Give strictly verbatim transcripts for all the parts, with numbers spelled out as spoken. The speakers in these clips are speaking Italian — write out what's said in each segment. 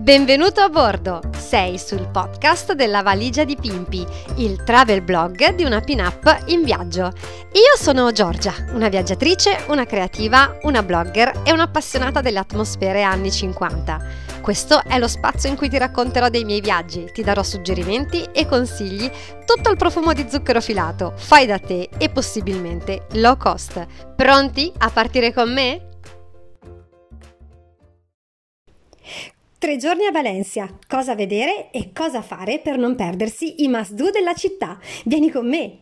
Benvenuto a bordo! Sei sul podcast della Valigia di Pimpi, il travel blog di una pin-up in viaggio. Io sono Giorgia, una viaggiatrice, una creativa, una blogger e un'appassionata delle atmosfere anni cinquanta. Questo è lo spazio in cui ti racconterò dei miei viaggi, ti darò suggerimenti e consigli, tutto il profumo di zucchero filato, fai da te e possibilmente low cost. Pronti a partire con me? Tre giorni a Valencia, cosa vedere e cosa fare per non perdersi i must-do della città. Vieni con me!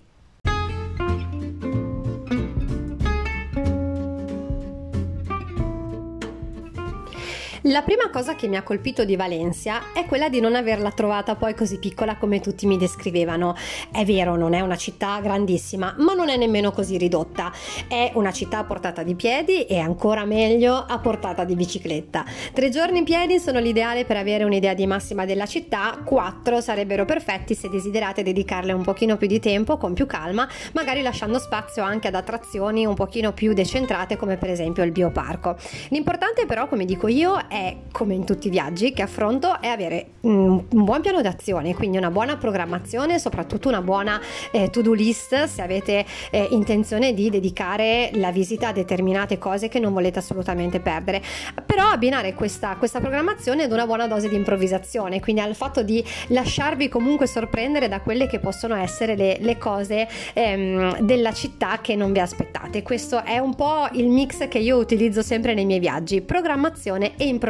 La prima cosa che mi ha colpito di Valencia è quella di non averla trovata poi così piccola come tutti mi descrivevano. È vero, non è una città grandissima, ma non è nemmeno così ridotta. È una città a portata di piedi e ancora meglio a portata di bicicletta. Tre giorni in piedi sono l'ideale per avere un'idea di massima della città, quattro sarebbero perfetti se desiderate dedicarle un pochino più di tempo, con più calma, magari lasciando spazio anche ad attrazioni un pochino più decentrate come per esempio il bioparco. L'importante però, come dico io, è È, come in tutti i viaggi che affronto, è avere un, un buon piano d'azione, quindi una buona programmazione, soprattutto una buona eh, to-do list se avete eh, intenzione di dedicare la visita a determinate cose che non volete assolutamente perdere. Però abbinare questa, questa programmazione ad una buona dose di improvvisazione, quindi al fatto di lasciarvi comunque sorprendere da quelle che possono essere le, le cose ehm, della città che non vi aspettate. Questo è un po' il mix che io utilizzo sempre nei miei viaggi: programmazione e improvvisazione.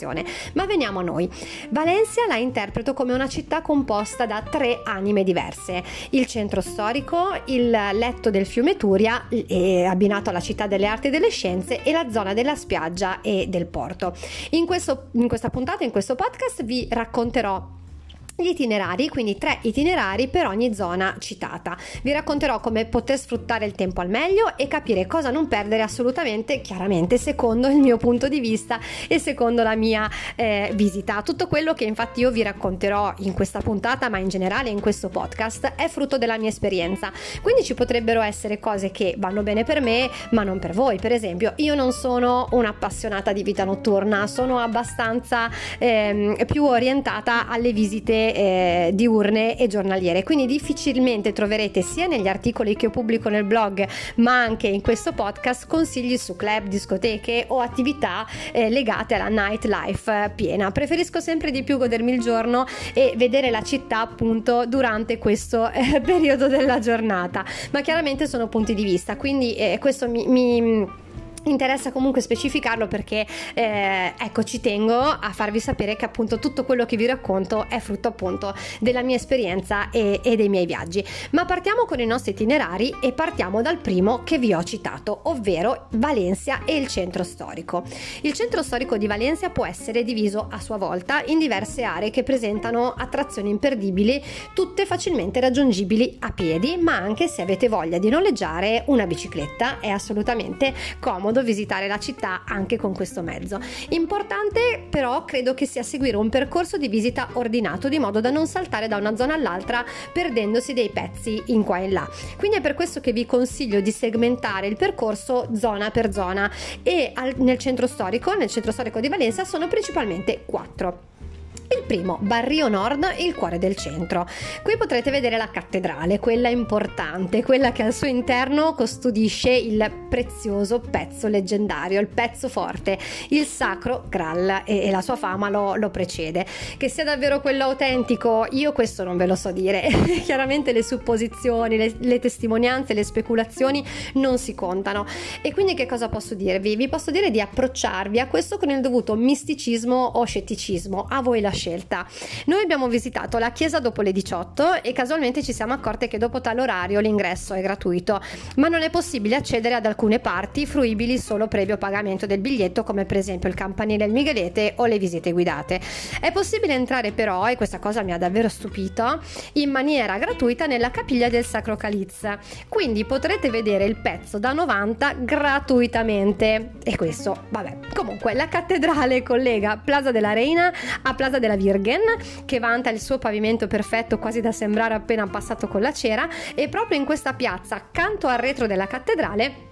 Ma veniamo a noi. Valencia la interpreto come una città composta da tre anime diverse: il centro storico, il letto del fiume Turia, abbinato alla città delle arti e delle scienze, e la zona della spiaggia e del porto. In, questo, in questa puntata, in questo podcast, vi racconterò gli itinerari, quindi tre itinerari per ogni zona citata. Vi racconterò come poter sfruttare il tempo al meglio e capire cosa non perdere assolutamente, chiaramente secondo il mio punto di vista e secondo la mia eh, visita. Tutto quello che infatti io vi racconterò in questa puntata, ma in generale in questo podcast, è frutto della mia esperienza, quindi ci potrebbero essere cose che vanno bene per me ma non per voi. Per esempio, io non sono un'appassionata di vita notturna, sono abbastanza ehm, più orientata alle visite Eh, diurne e giornaliere, quindi difficilmente troverete sia negli articoli che io pubblico nel blog ma anche in questo podcast consigli su club, discoteche o attività eh, legate alla nightlife piena. Preferisco sempre di più godermi il giorno e vedere la città appunto durante questo eh, periodo della giornata, ma chiaramente sono punti di vista, quindi eh, questo mi, mi interessa comunque specificarlo perché eh, ecco, ci tengo a farvi sapere che appunto tutto quello che vi racconto è frutto appunto della mia esperienza e, e dei miei viaggi. Ma partiamo con i nostri itinerari e partiamo dal primo che vi ho citato, ovvero Valencia e il centro storico. Il centro storico di Valencia può essere diviso a sua volta in diverse aree che presentano attrazioni imperdibili, tutte facilmente raggiungibili a piedi, ma anche se avete voglia di noleggiare una bicicletta è assolutamente comodo visitare la città anche con questo mezzo. Importante però credo che sia seguire un percorso di visita ordinato, di modo da non saltare da una zona all'altra perdendosi dei pezzi in qua e là. Quindi è per questo che vi consiglio di segmentare il percorso zona per zona, e al, nel centro storico, nel centro storico di Valencia sono principalmente quattro. Il primo, Barrio Nord, il cuore del centro. Qui potrete vedere la cattedrale, quella importante, quella che al suo interno custodisce il prezioso pezzo leggendario, il pezzo forte, il Sacro Graal, e, e la sua fama lo, lo precede. Che sia davvero quello autentico, io questo non ve lo so dire. Chiaramente le supposizioni, le, le testimonianze, le speculazioni non si contano. E quindi che cosa posso dirvi? Vi posso dire di approcciarvi a questo con il dovuto misticismo o scetticismo, a voi la scelta. Noi abbiamo visitato la chiesa dopo le diciotto e casualmente ci siamo accorte che dopo tale orario l'ingresso è gratuito, ma non è possibile accedere ad alcune parti fruibili solo previo pagamento del biglietto, come per esempio il campanile del Miguelete o le visite guidate. È possibile entrare però, e questa cosa mi ha davvero stupito, in maniera gratuita nella capiglia del Sacro Caliz, quindi potrete vedere il pezzo da novanta gratuitamente. E questo, vabbè, comunque la cattedrale collega Plaza de la Reina a Plaza de della Virgen, che vanta il suo pavimento perfetto quasi da sembrare appena passato con la cera, e proprio in questa piazza, accanto al retro della cattedrale,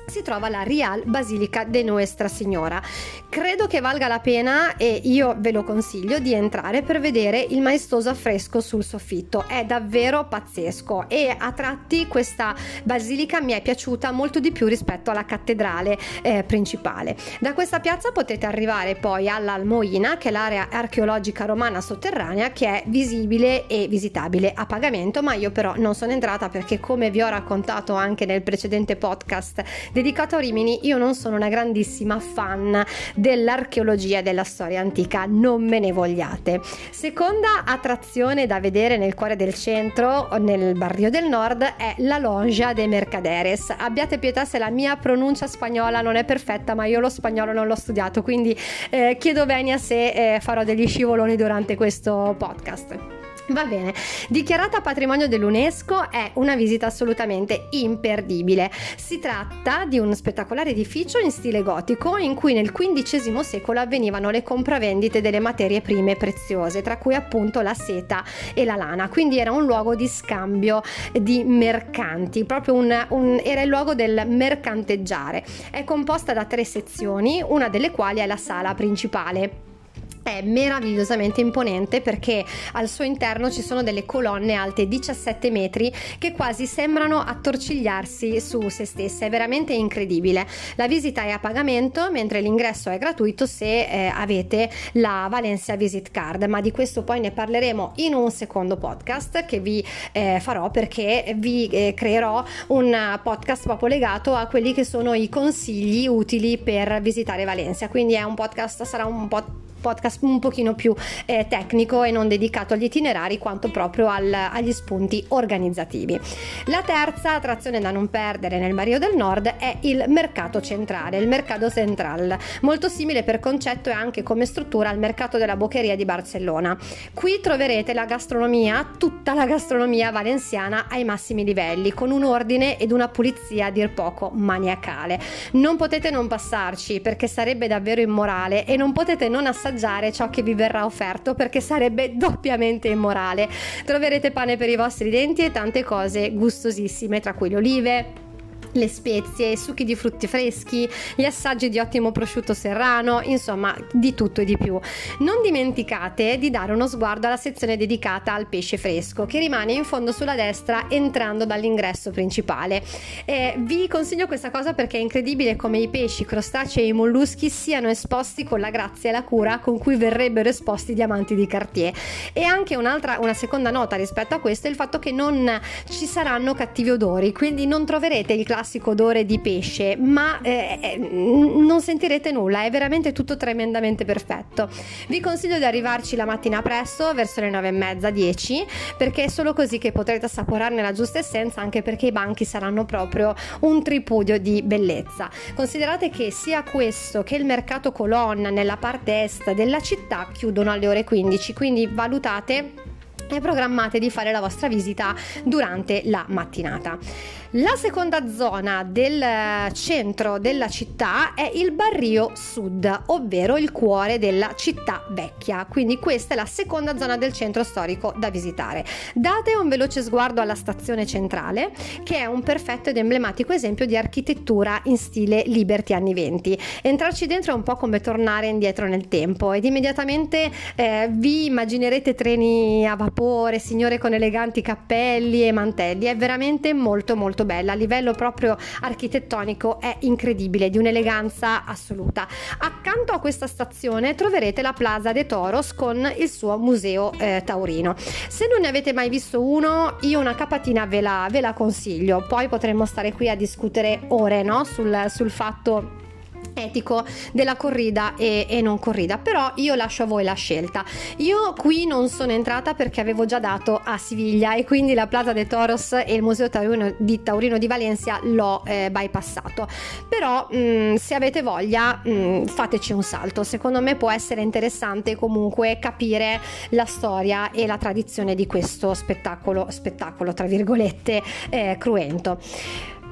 si trova la Real Basilica de Nuestra Signora. Credo che valga la pena, e io ve lo consiglio, di entrare per vedere il maestoso affresco sul soffitto. È davvero pazzesco e a tratti questa basilica mi è piaciuta molto di più rispetto alla cattedrale eh, principale. Da questa piazza potete arrivare poi all'Almoina, che è l'area archeologica romana sotterranea, che è visibile e visitabile a pagamento, ma io però non sono entrata perché, come vi ho raccontato anche nel precedente podcast dedicato a Rimini, io non sono una grandissima fan dell'archeologia e della storia antica, non me ne vogliate. Seconda attrazione da vedere nel cuore del centro, nel Barrio del Nord, è la Lonja de Mercaderes. Abbiate pietà se la mia pronuncia spagnola non è perfetta, ma io lo spagnolo non l'ho studiato, quindi eh, chiedo venia se eh, farò degli scivoloni durante questo podcast. Va bene, dichiarata patrimonio dell'UNESCO, è una visita assolutamente imperdibile. Si tratta di un spettacolare edificio in stile gotico in cui nel quindicesimo secolo avvenivano le compravendite delle materie prime preziose, tra cui appunto la seta e la lana, quindi era un luogo di scambio di mercanti, proprio un, un, era il luogo del mercanteggiare. È composta da tre sezioni, una delle quali è la sala principale. È meravigliosamente imponente perché al suo interno ci sono delle colonne alte diciassette metri che quasi sembrano attorcigliarsi su se stesse. È veramente incredibile. La visita è a pagamento, mentre l'ingresso è gratuito se eh, avete la Valencia Visit Card, ma di questo poi ne parleremo in un secondo podcast che vi eh, farò, perché vi eh, creerò un podcast proprio legato a quelli che sono i consigli utili per visitare Valencia. Quindi è un podcast, sarà un po' podcast un pochino più eh, tecnico e non dedicato agli itinerari quanto proprio al, agli spunti organizzativi. La terza attrazione da non perdere nel Barrio del Nord è il Mercato Centrale, il Mercado Central, molto simile per concetto e anche come struttura al Mercato della Boqueria di Barcellona. Qui troverete la gastronomia, tutta la gastronomia valenziana ai massimi livelli, con un ordine ed una pulizia a dir poco maniacale. Non potete non passarci perché sarebbe davvero immorale, e non potete non assaggiare ciò che vi verrà offerto perché sarebbe doppiamente immorale. Troverete pane per i vostri denti e tante cose gustosissime, tra cui le olive, le spezie, i succhi di frutti freschi, gli assaggi di ottimo prosciutto serrano, insomma di tutto e di più. Non dimenticate di dare uno sguardo alla sezione dedicata al pesce fresco, che rimane in fondo sulla destra entrando dall'ingresso principale. Eh, vi consiglio questa cosa perché è incredibile come i pesci, crostacei e i molluschi siano esposti con la grazia e la cura con cui verrebbero esposti i diamanti di Cartier. E anche un'altra, una seconda nota rispetto a questo è il fatto che non ci saranno cattivi odori, quindi non troverete il classico odore di pesce, ma eh, non sentirete nulla, è veramente tutto tremendamente perfetto. Vi consiglio di arrivarci la mattina presto, verso le nove e mezza, dieci, perché è solo così che potrete assaporarne la giusta essenza, anche perché i banchi saranno proprio un tripudio di bellezza. Considerate che sia questo che il mercato Colonna nella parte est della città chiudono alle ore quindici, quindi valutate e programmate di fare la vostra visita durante la mattinata. La seconda zona del centro della città è il Barrio Sud, ovvero il cuore della città vecchia, quindi questa è la seconda zona del centro storico da visitare. Date un veloce sguardo alla stazione centrale, che è un perfetto ed emblematico esempio di architettura in stile Liberty anni venti. Entrarci dentro è un po' come tornare indietro nel tempo ed immediatamente eh, vi immaginerete treni a vapore, signore con eleganti cappelli e mantelli. È veramente molto molto bella, a livello proprio architettonico è incredibile, di un'eleganza assoluta. Accanto a questa stazione troverete la Plaza de Toros con il suo museo eh, taurino. Se non ne avete mai visto uno, io una capatina ve la, ve la consiglio, poi potremmo stare qui a discutere ore, no? sul, sul fatto etico della corrida e, e non corrida, però io lascio a voi la scelta. Io qui non sono entrata perché avevo già dato a Siviglia e quindi la Plaza de Toros e il Museo Taurino di, Taurino di Valencia l'ho eh, bypassato, però mh, se avete voglia mh, fateci un salto. Secondo me può essere interessante comunque capire la storia e la tradizione di questo spettacolo spettacolo tra virgolette eh, cruento.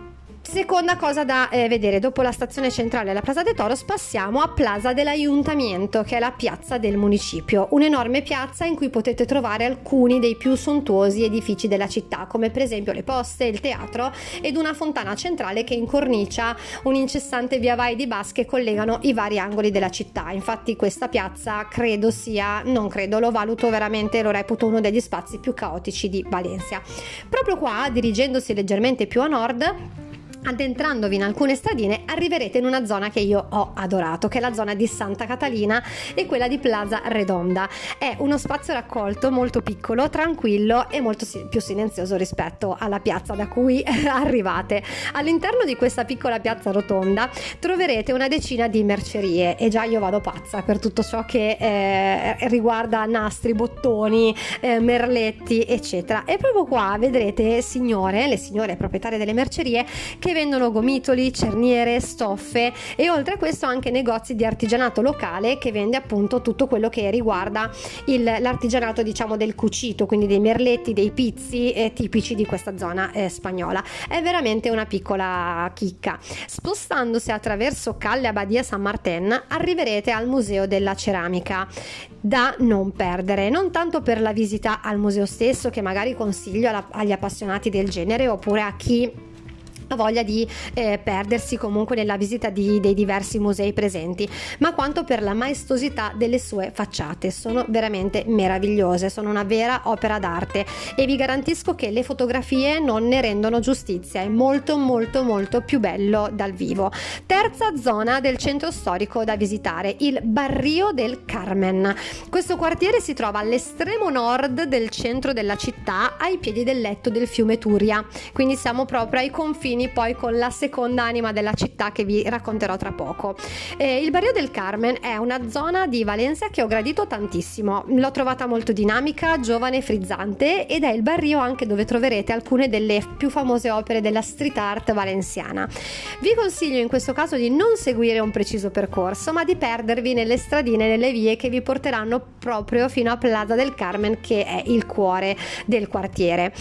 Seconda cosa da eh, vedere, dopo la stazione centrale e la Plaza de Toros passiamo a Plaza dell'Ayuntamiento, che è la piazza del municipio, un'enorme piazza in cui potete trovare alcuni dei più sontuosi edifici della città, come per esempio le poste, il teatro ed una fontana centrale che incornicia un incessante via vai di bus che collegano i vari angoli della città. Infatti questa piazza credo sia, non credo, lo valuto veramente, lo reputo uno degli spazi più caotici di Valencia. Proprio qua, dirigendosi leggermente più a nord, addentrandovi in alcune stradine, arriverete in una zona che io ho adorato, che è la zona di Santa Catalina e quella di Plaza Redonda. È uno spazio raccolto molto piccolo, tranquillo e molto si- più silenzioso rispetto alla piazza da cui arrivate. All'interno di questa piccola piazza rotonda troverete una decina di mercerie e già io vado pazza per tutto ciò che eh, riguarda nastri, bottoni, eh, merletti eccetera. E proprio qua vedrete signore, le signore proprietarie delle mercerie, che vendono gomitoli, cerniere, stoffe e oltre a questo anche negozi di artigianato locale che vende appunto tutto quello che riguarda il, l'artigianato diciamo del cucito, quindi dei merletti, dei pizzi eh, tipici di questa zona eh, spagnola. È veramente una piccola chicca. Spostandosi attraverso Calle Abbadia San Martín arriverete al Museo della Ceramica, da non perdere, non tanto per la visita al museo stesso, che magari consiglio alla, agli appassionati del genere oppure a chi ha voglia di eh, perdersi comunque nella visita di, dei diversi musei presenti, ma quanto per la maestosità delle sue facciate. Sono veramente meravigliose, sono una vera opera d'arte e vi garantisco che le fotografie non ne rendono giustizia, è molto molto molto più bello dal vivo. Terza zona del centro storico da visitare, il Barrio del Carmen. Questo quartiere si trova all'estremo nord del centro della città, ai piedi del letto del fiume Turia, quindi siamo proprio ai confini poi con la seconda anima della città che vi racconterò tra poco. Eh, il Barrio del Carmen è una zona di Valencia che ho gradito tantissimo, l'ho trovata molto dinamica, giovane e frizzante ed è il barrio anche dove troverete alcune delle più famose opere della street art valenziana. Vi consiglio in questo caso di non seguire un preciso percorso, ma di perdervi nelle stradine e nelle vie che vi porteranno proprio fino a Plaza del Carmen, che è il cuore del quartiere.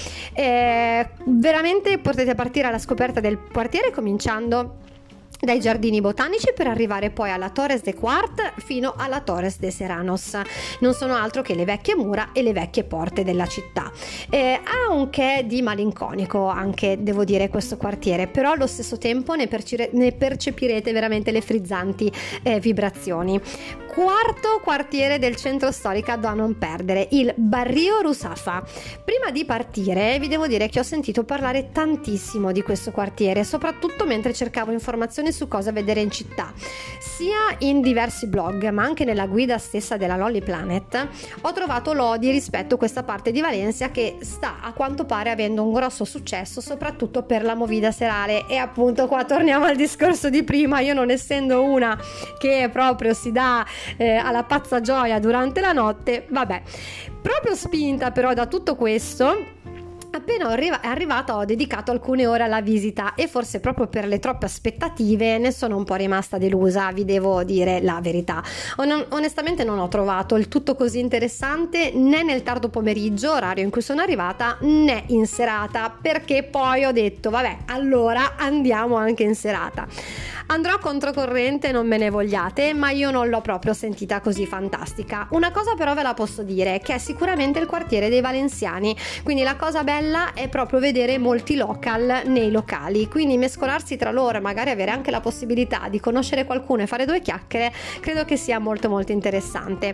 Eh, veramente potete partire alla scoperta del quartiere cominciando dai giardini botanici per arrivare poi alla Torres de Quart fino alla Torres de Serranos. Non sono altro che le vecchie mura e le vecchie porte della città. Eh, ha un che di malinconico anche, devo dire, questo quartiere, però allo stesso tempo ne, percire- ne percepirete veramente le frizzanti eh, vibrazioni. Quarto quartiere del centro storico da non perdere, il Barrio Rusafa. Prima di partire vi devo dire che ho sentito parlare tantissimo di questo quartiere, soprattutto mentre cercavo informazioni su cosa vedere in città. Sia in diversi blog, ma anche nella guida stessa della Lonely Planet, ho trovato lodi rispetto a questa parte di Valencia che sta a quanto pare avendo un grosso successo, soprattutto per la movida serale. E appunto qua torniamo al discorso di prima, io non essendo una che proprio si dà Eh, alla pazza gioia durante la notte, vabbè, proprio spinta però da tutto questo, appena arriva- è arrivata ho dedicato alcune ore alla visita e forse proprio per le troppe aspettative ne sono un po' rimasta delusa, vi devo dire la verità. On- onestamente non ho trovato il tutto così interessante né nel tardo pomeriggio, orario in cui sono arrivata, né in serata, perché poi ho detto vabbè, allora andiamo anche in serata. Andrò controcorrente, non me ne vogliate, ma io non l'ho proprio sentita così fantastica. Una cosa però ve la posso dire, che è sicuramente il quartiere dei valenziani, quindi la cosa bella è proprio vedere molti local nei locali, quindi mescolarsi tra loro e magari avere anche la possibilità di conoscere qualcuno e fare due chiacchiere, credo che sia molto molto interessante.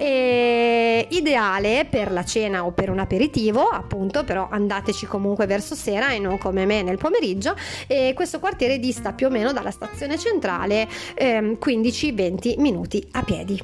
E ideale per la cena o per un aperitivo, appunto, però andateci comunque verso sera e non come me nel pomeriggio. E questo quartiere dista più o meno dalla stazione centrale ehm, quindici venti minuti a piedi.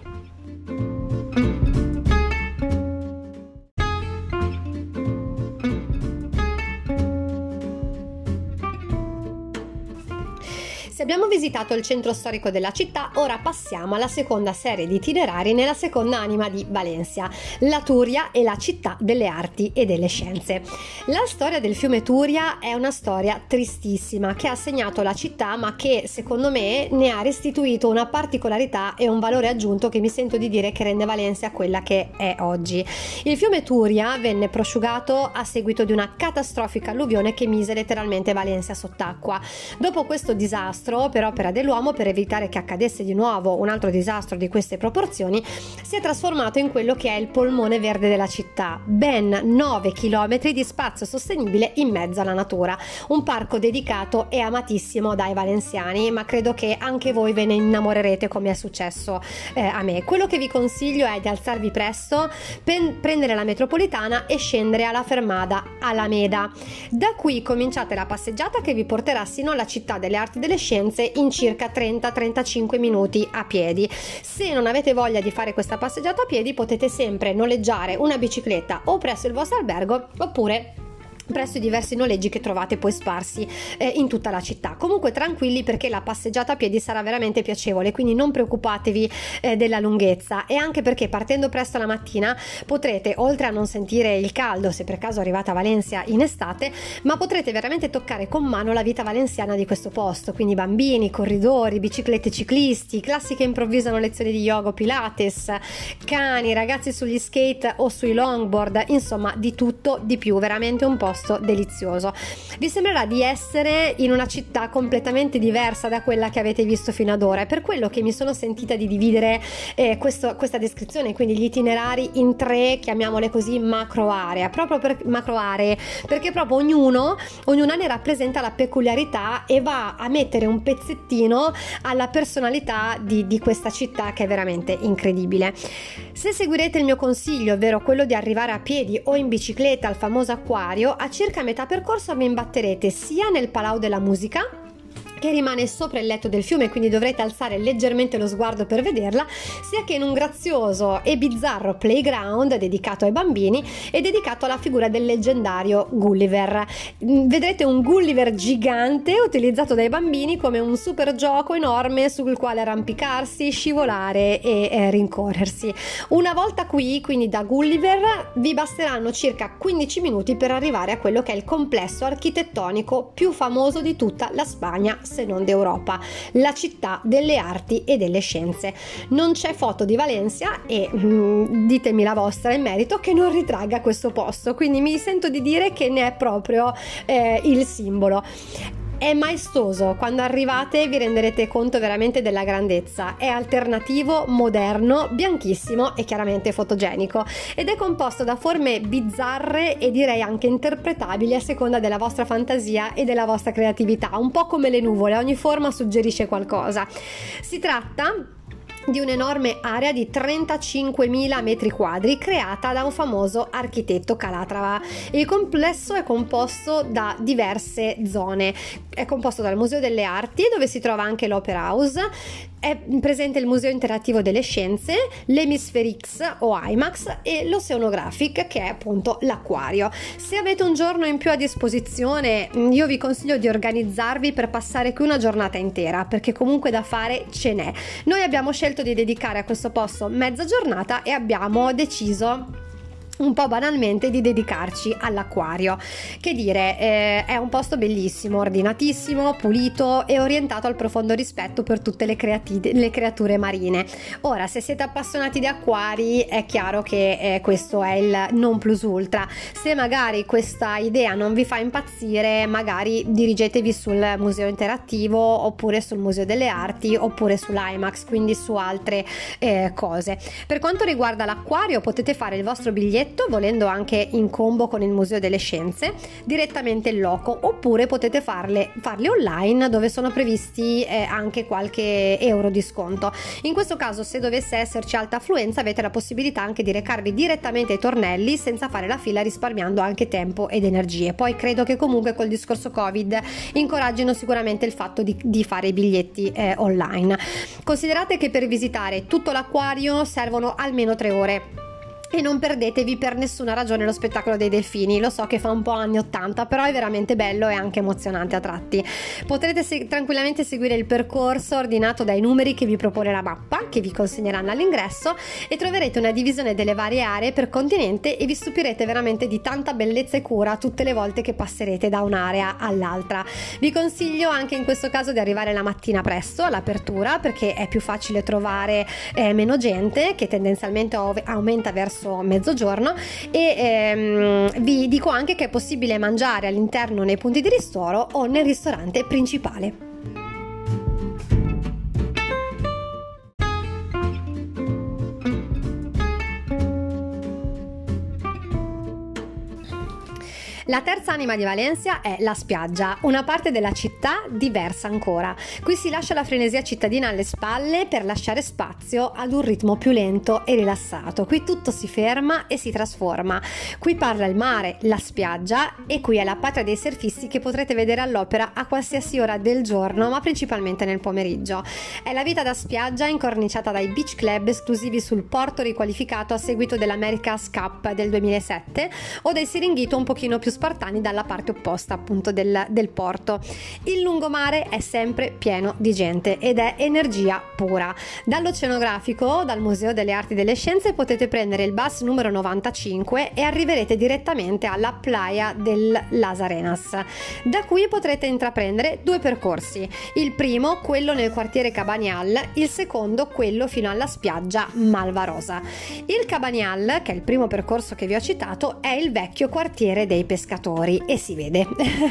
Se abbiamo visitato il centro storico della città, ora passiamo alla seconda serie di itinerari nella seconda anima di Valencia, la Túria e la città delle arti e delle scienze. La storia del fiume Túria è una storia tristissima che ha segnato la città, ma che secondo me ne ha restituito una particolarità e un valore aggiunto che mi sento di dire che rende Valencia quella che è oggi. Il fiume Túria venne prosciugato a seguito di una catastrofica alluvione che mise letteralmente Valencia sott'acqua. Dopo questo disastro, per opera dell'uomo, per evitare che accadesse di nuovo un altro disastro di queste proporzioni, si è trasformato in quello che è il polmone verde della città, ben nove chilometri di spazio sostenibile in mezzo alla natura, un parco dedicato e amatissimo dai valenziani, ma credo che anche voi ve ne innamorerete come è successo eh, a me. Quello che vi consiglio è di alzarvi presto, pen- prendere la metropolitana e scendere alla fermata Alameda. Da qui cominciate la passeggiata che vi porterà sino alla città delle arti e delle scienze in circa trenta trentacinque minuti a piedi. Se non avete voglia di fare questa passeggiata a piedi, potete sempre noleggiare una bicicletta o presso il vostro albergo oppure presso i diversi noleggi che trovate poi sparsi eh, in tutta la città. Comunque tranquilli, perché la passeggiata a piedi sarà veramente piacevole, quindi non preoccupatevi eh, della lunghezza, e anche perché partendo presto la mattina potrete, oltre a non sentire il caldo se per caso arrivate a Valencia in estate, ma potrete veramente toccare con mano la vita valenziana di questo posto, quindi bambini, corridori, biciclette ciclisti, classi che improvvisano lezioni di yoga o pilates, cani, ragazzi sugli skate o sui longboard, insomma di tutto di più, veramente un posto delizioso. Vi sembrerà di essere in una città completamente diversa da quella che avete visto fino ad ora, è per quello che mi sono sentita di dividere eh, questo, questa descrizione, quindi gli itinerari, in tre, chiamiamole così, macro area, proprio per macro aree, perché proprio ognuno ognuna ne rappresenta la peculiarità e va a mettere un pezzettino alla personalità di, di questa città, che è veramente incredibile. Se seguirete il mio consiglio, ovvero quello di arrivare a piedi o in bicicletta al famoso acquario, a circa metà percorso vi imbatterete sia nel Palau della Musica, che rimane sopra il letto del fiume, quindi dovrete alzare leggermente lo sguardo per vederla, sia che in un grazioso e bizzarro playground dedicato ai bambini e dedicato alla figura del leggendario Gulliver. Vedrete un Gulliver gigante utilizzato dai bambini come un super gioco enorme sul quale arrampicarsi, scivolare e eh, rincorrersi. Una volta qui, quindi da Gulliver, vi basteranno circa quindici minuti per arrivare a quello che è il complesso architettonico più famoso di tutta la Spagna, se non d'Europa, la città delle arti e delle scienze. Non c'è foto di Valencia e mm, ditemi la vostra in merito che non ritragga questo posto, quindi mi sento di dire che ne è proprio eh, il simbolo. È maestoso, quando arrivate vi renderete conto veramente della grandezza. È alternativo, moderno, bianchissimo e chiaramente fotogenico, ed è composto da forme bizzarre e direi anche interpretabili a seconda della vostra fantasia e della vostra creatività, un po' come le nuvole, ogni forma suggerisce qualcosa. Si tratta di un'enorme area di trentacinquemila metri quadri creata da un famoso architetto Calatrava. Il complesso è composto da diverse zone, è composto dal Museo delle Arti, dove si trova anche l'Opera House, è presente il Museo Interattivo delle Scienze, l'Hemisphere X o IMAX e l'Oceanographic, che è appunto l'acquario. Se avete un giorno in più a disposizione, io vi consiglio di organizzarvi per passare qui una giornata intera, perché comunque da fare ce n'è. Noi abbiamo scelto di dedicare a questo posto mezza giornata e abbiamo deciso un po' banalmente di dedicarci all'acquario. Che dire, eh, è un posto bellissimo, ordinatissimo, pulito e orientato al profondo rispetto per tutte le, creati- le creature marine. Ora, se siete appassionati di acquari, è chiaro che eh, questo è il non plus ultra. Se magari questa idea non vi fa impazzire, magari dirigetevi sul Museo Interattivo oppure sul Museo delle Arti oppure sull'IMAX, quindi su altre eh, cose. Per quanto riguarda l'acquario, potete fare il vostro biglietto, volendo anche in combo con il Museo delle Scienze, direttamente in loco, oppure potete farle, farle online, dove sono previsti eh, anche qualche euro di sconto. In questo caso, se dovesse esserci alta affluenza, avete la possibilità anche di recarvi direttamente ai tornelli senza fare la fila, risparmiando anche tempo ed energie. Poi credo che comunque col discorso Covid incoraggino sicuramente il fatto di, di fare i biglietti eh, online. Considerate che per visitare tutto l'acquario servono almeno tre ore. E non perdetevi per nessuna ragione lo spettacolo dei delfini. Lo so che fa un po' anni ottanta, però è veramente bello e anche emozionante a tratti. Potrete se- tranquillamente seguire il percorso ordinato dai numeri che vi propone la mappa, che vi consegneranno all'ingresso, e troverete una divisione delle varie aree per continente e vi stupirete veramente di tanta bellezza e cura tutte le volte che passerete da un'area all'altra. Vi consiglio anche in questo caso di arrivare la mattina presto all'apertura, perché è più facile trovare eh, meno gente, che tendenzialmente ov- aumenta verso mezzogiorno, e ehm, vi dico anche che è possibile mangiare all'interno nei punti di ristoro o nel ristorante principale. La terza anima di Valencia è la spiaggia, una parte della città diversa ancora. Qui si lascia la frenesia cittadina alle spalle per lasciare spazio ad un ritmo più lento e rilassato. Qui tutto si ferma e si trasforma. Qui parla il mare, la spiaggia, e qui è la patria dei surfisti che potrete vedere all'opera a qualsiasi ora del giorno, ma principalmente nel pomeriggio. È la vita da spiaggia incorniciata dai beach club esclusivi sul porto riqualificato a seguito dell'America's Cup del duemilasette o del Siringhito un pochino più spartani dalla parte opposta appunto del, del porto. Il lungomare è sempre pieno di gente ed è energia pura. Dall'oceanografico, dal Museo delle Arti e delle Scienze, potete prendere il bus numero novantacinque e arriverete direttamente alla playa del Las Arenas. Da qui potrete intraprendere due percorsi: il primo, quello nel quartiere Cabanyal, il secondo, quello fino alla spiaggia Malvarosa. Il Cabanyal, che è il primo percorso che vi ho citato, è il vecchio quartiere dei pescatori e si vede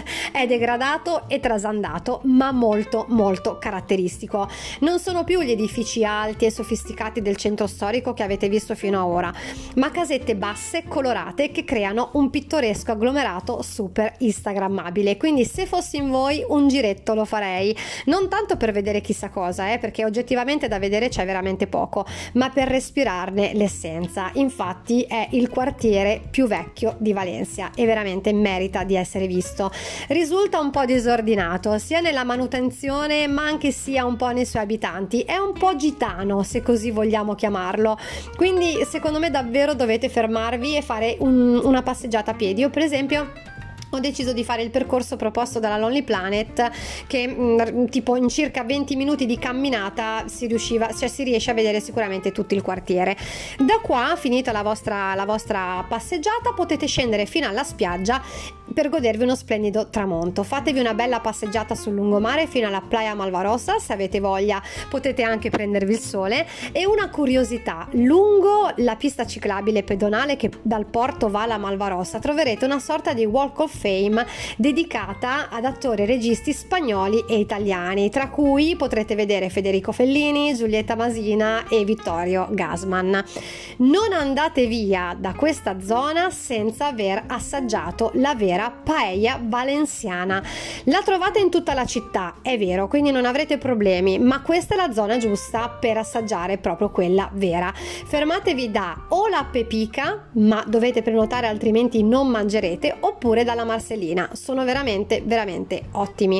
è degradato e trasandato, ma molto molto caratteristico. Non sono più gli edifici alti e sofisticati del centro storico che avete visto fino ad ora, ma casette basse colorate che creano un pittoresco agglomerato super instagrammabile. Quindi se fossi in voi un giretto lo farei, non tanto per vedere chissà cosa, eh, perché oggettivamente da vedere c'è veramente poco, ma per respirarne l'essenza. Infatti è il quartiere più vecchio di Valencia e veramente merita di essere visto. Risulta un po' disordinato sia nella manutenzione ma anche sia un po' nei suoi abitanti, è un po' gitano se così vogliamo chiamarlo, quindi secondo me davvero dovete fermarvi e fare un, una passeggiata a piedi. Io per esempio ho deciso di fare il percorso proposto dalla Lonely Planet, che mh, tipo in circa venti minuti di camminata si riusciva, cioè si riesce a vedere sicuramente tutto il quartiere. Da qua, finita la vostra, la vostra passeggiata, potete scendere fino alla spiaggia per godervi uno splendido tramonto. Fatevi una bella passeggiata sul lungomare fino alla Playa Malvarosa, se avete voglia potete anche prendervi il sole. E una curiosità: lungo la pista ciclabile pedonale che dal porto va alla Malvarosa troverete una sorta di Walk of Fame dedicata ad attori e registi spagnoli e italiani, tra cui potrete vedere Federico Fellini, Giulietta Masina e Vittorio Gassman. Non andate via da questa zona senza aver assaggiato la vera paella valenciana. La trovate in tutta la città, è vero, quindi non avrete problemi, ma questa è la zona giusta per assaggiare proprio quella vera. Fermatevi da o la Pepica, ma dovete prenotare altrimenti non mangerete, oppure dalla Marcellina. Sono veramente veramente ottimi.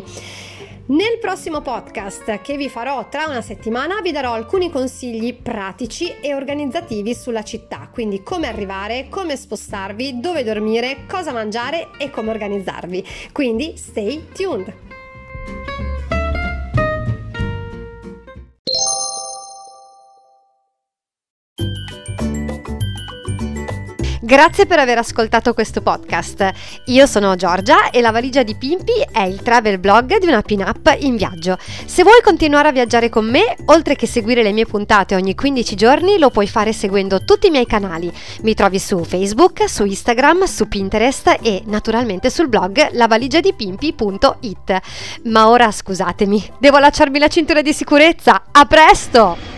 Nel prossimo podcast che vi farò tra una settimana vi darò alcuni consigli pratici e organizzativi sulla città, quindi come arrivare, come spostarvi, dove dormire, cosa mangiare e come organizzarvi. Quindi stay tuned! Grazie per aver ascoltato questo podcast. Io sono Giorgia e La Valigia di Pimpi è il travel blog di una pin-up in viaggio. Se vuoi continuare a viaggiare con me, oltre che seguire le mie puntate ogni quindici giorni, lo puoi fare seguendo tutti i miei canali. Mi trovi su Facebook, su Instagram, su Pinterest e naturalmente sul blog lavaligiadipimpi punto it. Ma ora scusatemi, devo allacciarmi la cintura di sicurezza. A presto!